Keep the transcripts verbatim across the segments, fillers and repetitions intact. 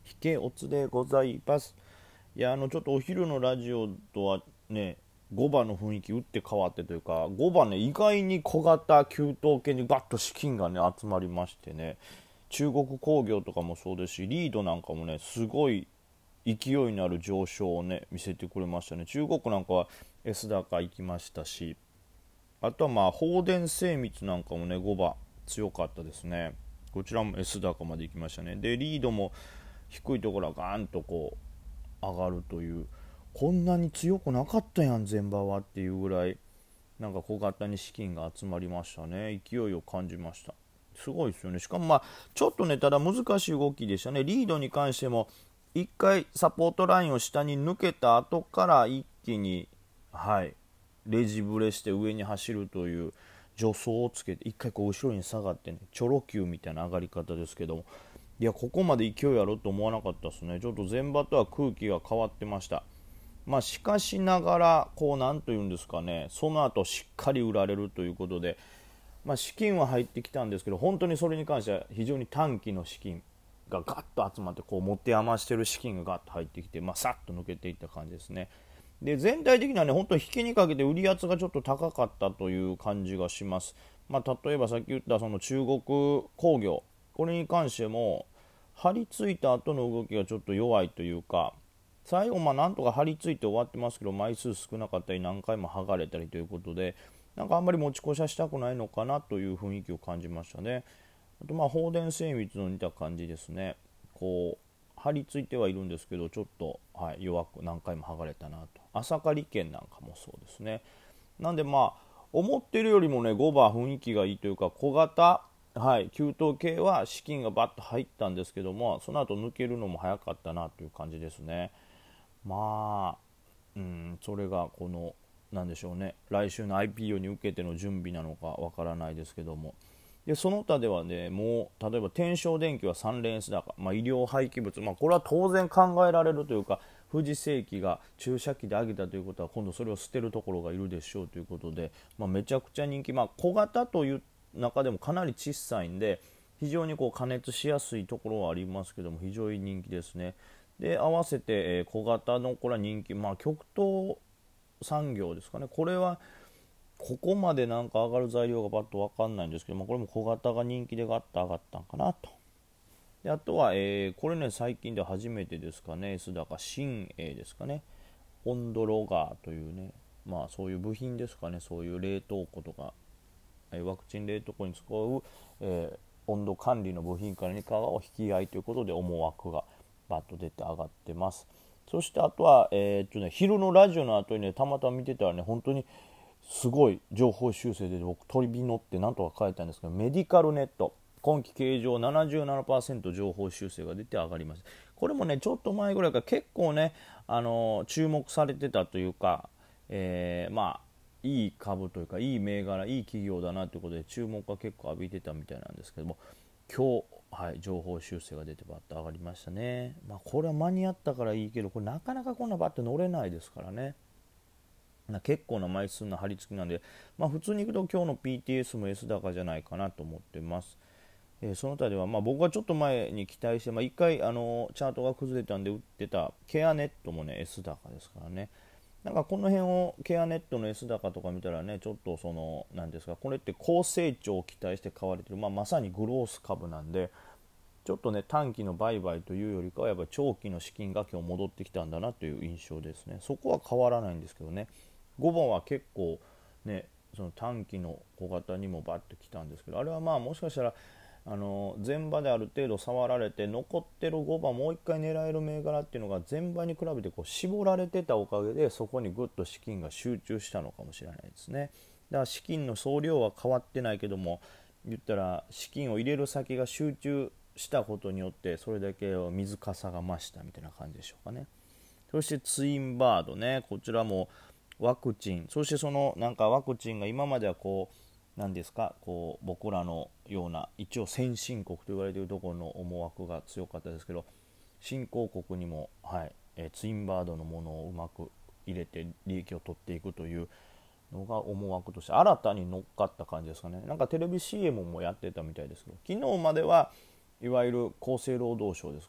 引けおつでございます。いや、あのちょっとお昼のラジオとはね、ごばの雰囲気打って変わってというか、ごばね、意外に小型給湯系にガッと資金がね集まりましてね、中国工業とかもそうですし、リードなんかもねすごい勢いのある上昇をね見せてくれましたね。中国なんかは S 高行きましたし、あとはまあ放電精密なんかもねごば強かったですね。こちらも S 高まで行きましたね。でリードも低いところはガーンとこう上がるという、こんなに強くなかったやん前場はっていうぐらい、なんか小型に資金が集まりましたね。勢いを感じました。すごいですよね。しかもまあちょっとね、ただ難しい動きでしたね。リードに関してもいっかいサポートラインを下に抜けた後から一気に、はいレジブレして上に走るという助走をつけて、いっかいこう後ろに下がってね、チョロ Q みたいな上がり方ですけども、いやここまで勢いあると思わなかったですね。ちょっと前場とは空気が変わってました。まあ、しかしながらこうなんというんですかね、その後しっかり売られるということで、まあ、資金は入ってきたんですけど、本当にそれに関しては非常に短期の資金がガッと集まって、こう持って余してる資金がガッと入ってきて、まあ、さっと抜けていった感じですね。で全体的にはね、本当に引きにかけて売り圧がちょっと高かったという感じがします。まあ、例えばさっき言ったその中国工業、これに関しても張り付いた後の動きがちょっと弱いというか、最後まあなんとか張り付いて終わってますけど、枚数少なかったり何回も剥がれたりということで、なんかあんまり持ち越しはしたくないのかなという雰囲気を感じましたね。あとまあ放電精密の似た感じですね。こう張り付いてはいるんですけど、ちょっと、はい、弱く何回も剥がれたなと。朝刈り券なんかもそうですね。なんでまあ思ってるよりもねごば雰囲気がいいというか、小型、はい、給湯系は資金がバッと入ったんですけども、その後抜けるのも早かったなという感じですね。まあ、うん、それがこのなんでしょうね、来週の アイピーオー に向けての準備なのかわからないですけども、でその他ではね、もう例えば天正電機はさん連 S 高、まあ、医療廃棄物、まあ、これは当然考えられるというか、富士製機が注射器で上げたということは今度それを捨てるところがいるでしょうということで、まあ、めちゃくちゃ人気、まあ、小型という中でもかなり小さいんで非常にこう加熱しやすいところはありますけども、非常に人気ですね。で合わせて、えー小型のこれは人気、まあ、極東産業ですかね。これはここまでなんか上がる材料がバッと分かんないんですけど、まあ、これも小型が人気でガッと上がったんかなと。であとは、えーこれね最近で初めてですかね、 S 高新鋭ですかね、オンドロガーというね、まあそういう部品ですかね、そういう冷凍庫とか、えーワクチン冷凍庫に使う、えー温度管理の部品からにかを引き合いということで思惑がバッと出て上がってます。そしてあとは、えーっとね、昼のラジオの後にねたまたま見てたらね、本当にすごい情報修正で僕飛び乗ってなんとか書いたんですけど、メディカルネット今期計上 ななじゅうななパーセント 情報修正が出て上がりました。これもねちょっと前ぐらいから結構ね、あのー注目されてたというか、えーまあいい株というかいい銘柄、いい企業だなということで注目が結構浴びてたみたいなんですけども、今日、はい、情報修正が出てバッと上がりましたね。まあ、これは間に合ったからいいけど、これなかなかこんなバッと乗れないですからね。な結構な枚数の張り付きなんで、まあ、普通にいくと今日の ピーティーエス も S 高じゃないかなと思ってます。えーその他では、まあ、僕がちょっと前に期待して、まあ、いっかいあのチャートが崩れたんで売ってたケアネットもね S 高ですからね。なんかこの辺をケアネットの S 高とか見たらね、ちょっとその何ですか、これって高成長を期待して買われてる、まあ、まさにグロース株なんで、ちょっとね短期の売買というよりかはやっぱり長期の資金が今日戻ってきたんだなという印象ですね。そこは変わらないんですけどね、ごばんは結構ねその短期の小型にもバッと来たんですけど、あれはまあもしかしたらあの前場である程度触られて残ってるごばんもういっかい狙える銘柄っていうのが前場に比べてこう絞られてたおかげで、そこにぐっと資金が集中したのかもしれないですね。だから資金の総量は変わってないけども、言ったら資金を入れる先が集中したことによってそれだけ水かさが増したみたいな感じでしょうかね。そしてツインバードね、こちらもワクチン、そしてそのなんかワクチンが今まではこうなんですか、こう僕らのような一応先進国と言われているところの思惑が強かったですけど、新興国にも、はいえーツインバードのものをうまく入れて利益を取っていくというのが思惑として新たに乗っかった感じですかね。なんかテレビ シーエム もやってたみたいですけど、昨日まではいわゆる厚生労働省ですかね、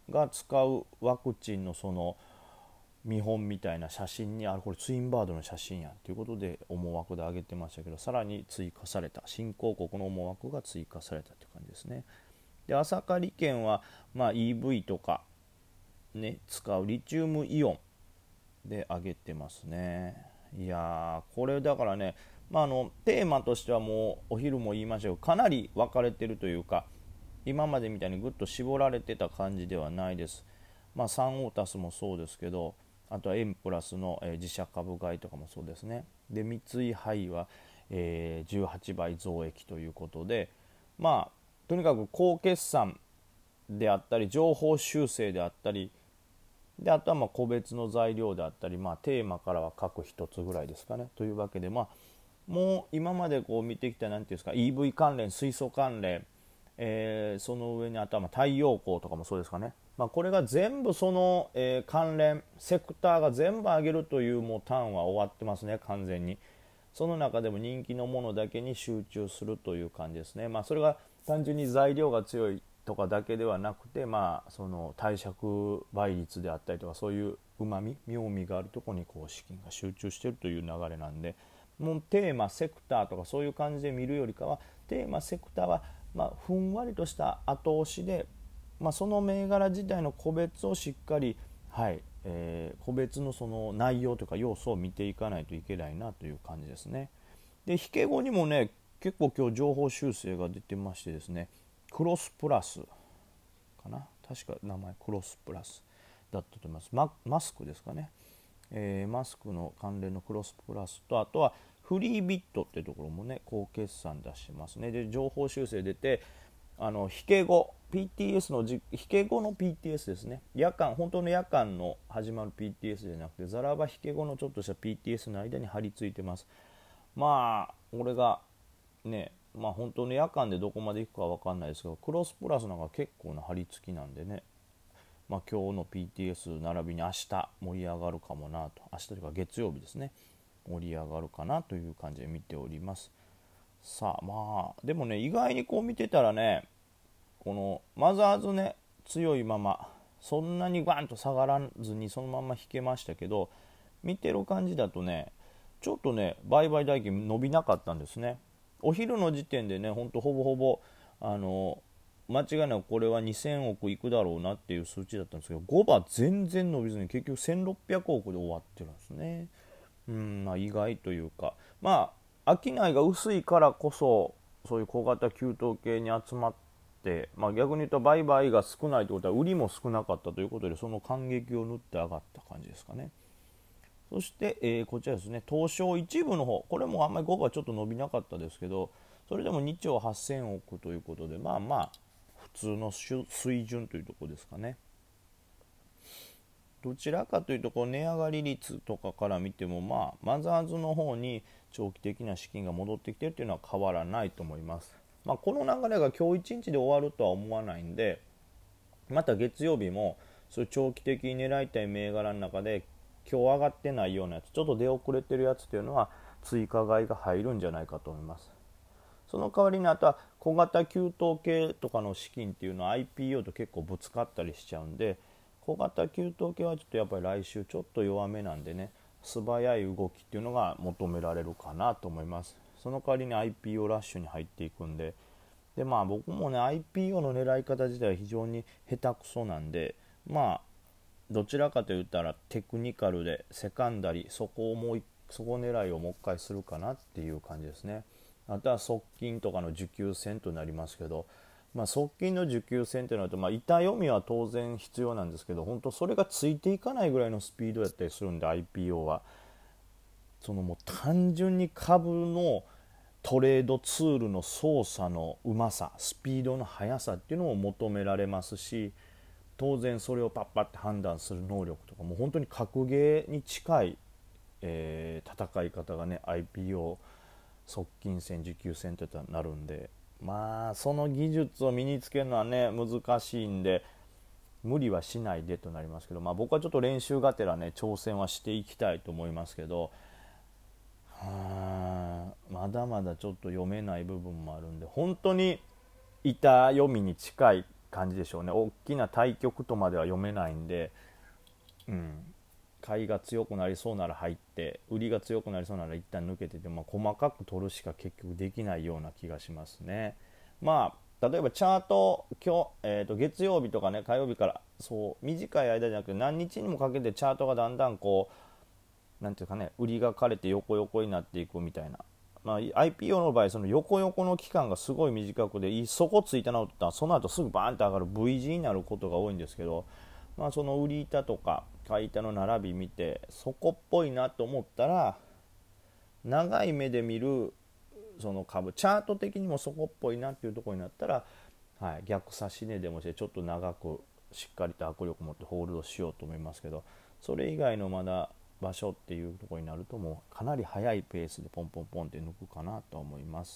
が使うワクチンのその見本みたいな写真に、あれこれツインバードの写真やんということで思惑で上げてましたけど、さらに追加された、新興国の思惑が追加されたという感じですね。で朝霞県は、まあ、イーブイ とか、ね、使うリチウムイオンで上げてますね。いやーこれだからね、まあ、あのテーマとしてはもうお昼も言いましたけど、かなり分かれてるというか、今までみたいにぐっと絞られてた感じではないです。まあ、サンオータスもそうですけど、あとはエンプラスの、えー、自社株買いとかもそうですね。で三井ハイは、えー、じゅうはちばい増益ということで、まあとにかく高決算であったり情報修正であったりで、あとはまあ個別の材料であったり、まあ、テーマからは各一つぐらいですかね。というわけで、まあ、もう今までこう見てきたなんていうんですか、 イーブイ 関連、水素関連、えー、その上にあとはまあ太陽光とかもそうですかね。まあ、これが全部その、えー、関連セクターが全部上げるというもうターンは終わってますね、完全に。その中でも人気のものだけに集中するという感じですね。まあ、それが単純に材料が強いとかだけではなくて、まあ、その貸借倍率であったりとか、そういううまみ妙味があるところにこう資金が集中しているという流れなんで、もうテーマセクターとかそういう感じで見るよりかは、テーマセクターはまあふんわりとした後押しで、まあ、その銘柄自体の個別をしっかり、はいえー、個別のその内容というか要素を見ていかないといけないなという感じですね。で引け後にもね、結構今日情報修正が出てましてですね、クロスプラスかな、確か名前クロスプラスだったと思います。 マ, マスクですかね、えー、マスクの関連のクロスプラスと、あとはフリービットっていうところもね高決算出してますね。で情報修正出て、あの引け後 ピーティーエス のじ引け後の ピーティーエス ですね、夜間本当の夜間の始まる ピーティーエス じゃなくて、ザラバ引け後のちょっとした ピーティーエス の間に張り付いてます。まあ俺がね、まあ本当に夜間でどこまでいくかは分かんないですけど、クロスプラスなんか結構な張り付きなんでね、まあ、今日の ピーティーエス 並びに明日盛り上がるかもなと、明日というか月曜日ですね、盛り上がるかなという感じで見ております。さあまあでもね、意外にこう見てたらね、このマザーズね強いままそんなにガンと下がらずにそのまま引けましたけど、見てる感じだとねちょっとね売買代金伸びなかったんですね。お昼の時点でね、ほんとほぼほぼあの間違いなくこれはにせんおくいくだろうなっていう数値だったんですけど、ごば全然伸びずに結局せんろっぴゃくおくで終わってるんですね。うん、まあ、意外というか、まあ商いが薄いからこそそういう小型給湯系に集まって、まあ、逆に言うと売買が少ないということは売りも少なかったということで、その感激を縫って上がった感じですかね。そして、えー、こちらですね、東証一部の方、これもあんまりごばちょっと伸びなかったですけど、それでもにちょうはっせんおくということで、まあまあ普通の水準というところですかね。どちらかというとこう値上がり率とかから見ても、まあ、マザーズの方に長期的な資金が戻ってきているというのは変わらないと思います。まあ、この流れが今日いちにちで終わるとは思わないんで、また月曜日もそういう長期的に狙いたい銘柄の中で今日上がってないようなやつ、ちょっと出遅れてるやつというのは追加買いが入るんじゃないかと思います。その代わりにあとは小型給湯系とかの資金っていうのは アイピーオー と結構ぶつかったりしちゃうんで、小型給湯系はちょっとやっぱり来週ちょっと弱めなんでね、素早い動きっていうのが求められるかなと思います。その代わりに アイピーオー ラッシュに入っていくんで、でまあ僕もね アイピーオー の狙い方自体は非常に下手くそなんで、まあどちらかといったらテクニカルでセカンダリ、そこをもうそこ狙いをもう一回するかなっていう感じですね。あとは側近とかの需給線となりますけど、まあ、側近の需給線というのは、まあ、板読みは当然必要なんですけど、本当それがついていかないぐらいのスピードやったりするんで、 アイピーオー はそのもう単純に株のトレードツールの操作のうまさ、スピードの速さっていうのも求められますし、当然それをパッパって判断する能力とかも本当に格ゲーに近い、えー、戦い方がね アイピーオー側近戦持久戦となるんで、まあその技術を身につけるのはね難しいんで無理はしないでとなりますけど、まあ、僕はちょっと練習がてらね挑戦はしていきたいと思いますけど、はまだまだちょっと読めない部分もあるんで、本当に板読みに近い感じでしょうね。大きな対局とまでは読めないんで、うん、買いが強くなりそうなら入って、売りが強くなりそうなら一旦抜けてて、まあ、細かく取るしか結局できないような気がしますね。まあ例えばチャート今日、えーと月曜日とかね、火曜日からそう短い間じゃなくて何日にもかけてチャートがだんだんこうなんていうかね、売りが枯れて横横になっていくみたいな。まあ、アイピーオー の場合その横横の期間がすごい短くで、底ついたなと思ったらその後すぐバーンと上がる V 字になることが多いんですけど、まあ、その売り板とか買い板の並び見て底っぽいなと思ったら、長い目で見るその株チャート的にも底っぽいなっていうところになったら、はい、逆差し値でもしてちょっと長くしっかりと握力を持ってホールドしようと思いますけど、それ以外のまだ場所っていうところになるともうかなり速いペースでポンポンポンって抜くかなと思います。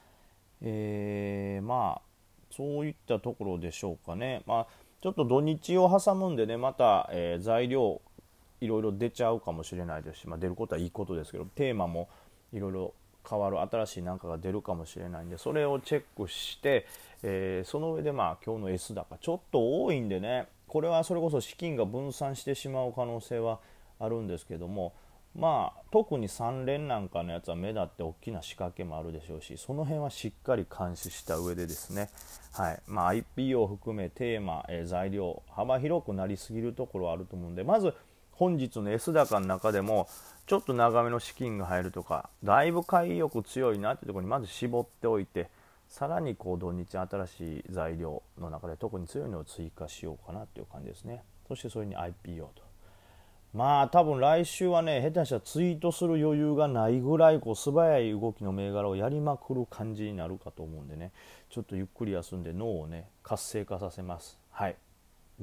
えー、まあそういったところでしょうかね。まあちょっと土日を挟むんでね、また、えー、材料いろいろ出ちゃうかもしれないですし、まあ、出ることはいいことですけど、テーマもいろいろ変わる新しい何かが出るかもしれないんで、それをチェックして、えー、その上でまあ今日の S 高ちょっと多いんでね、これはそれこそ資金が分散してしまう可能性はあるんですけども、まあ特にさん連なんかのやつは目立って大きな仕掛けもあるでしょうし、その辺はしっかり監視した上でですね、はいまあ、アイピーオー を含めテーマ、えー、材料幅広くなりすぎるところはあると思うんで、まず本日の S 高の中でもちょっと長めの資金が入るとか、だいぶ買い欲強いなっていうところにまず絞っておいて、さらにこう土日新しい材料の中で特に強いのを追加しようかなっていう感じですね。そしてそれに アイピーオー と、まあ多分来週はね、下手したらツイートする余裕がないぐらいこう素早い動きの銘柄をやりまくる感じになるかと思うんでね、ちょっとゆっくり休んで脳をね活性化させます。はい。